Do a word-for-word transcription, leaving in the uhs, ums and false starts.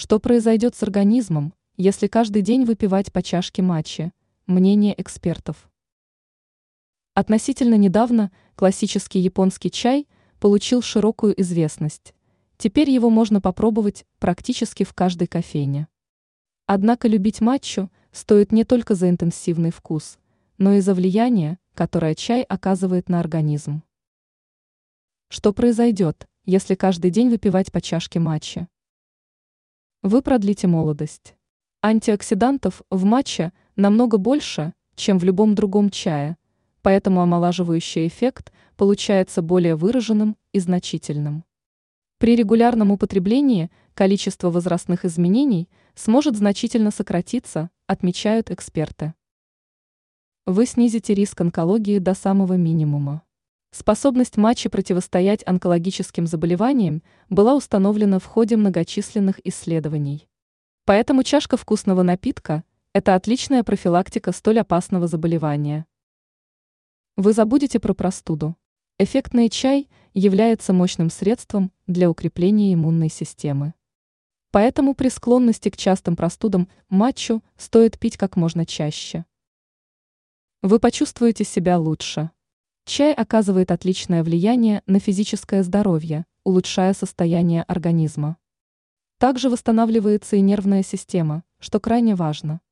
Что произойдет с организмом, если каждый день выпивать по чашке матчи? Мнение экспертов. Относительно недавно классический японский чай получил широкую известность. Теперь его можно попробовать практически в каждой кофейне. Однако любить матчу стоит не только за интенсивный вкус, но и за влияние, которое чай оказывает на организм. Что произойдет, если каждый день выпивать по чашке матчи? Вы продлите молодость. Антиоксидантов в матче намного больше, чем в любом другом чае, поэтому омолаживающий эффект получается более выраженным и значительным. При регулярном употреблении количество возрастных изменений сможет значительно сократиться, отмечают эксперты. Вы снизите риск онкологии до самого минимума. Способность матчи противостоять онкологическим заболеваниям была установлена в ходе многочисленных исследований. Поэтому чашка вкусного напитка – это отличная профилактика столь опасного заболевания. Вы забудете про простуду. Эффектный чай является мощным средством для укрепления иммунной системы. Поэтому при склонности к частым простудам матчу стоит пить как можно чаще. Вы почувствуете себя лучше. Чай оказывает отличное влияние на физическое здоровье, улучшая состояние организма. Также восстанавливается и нервная система, что крайне важно.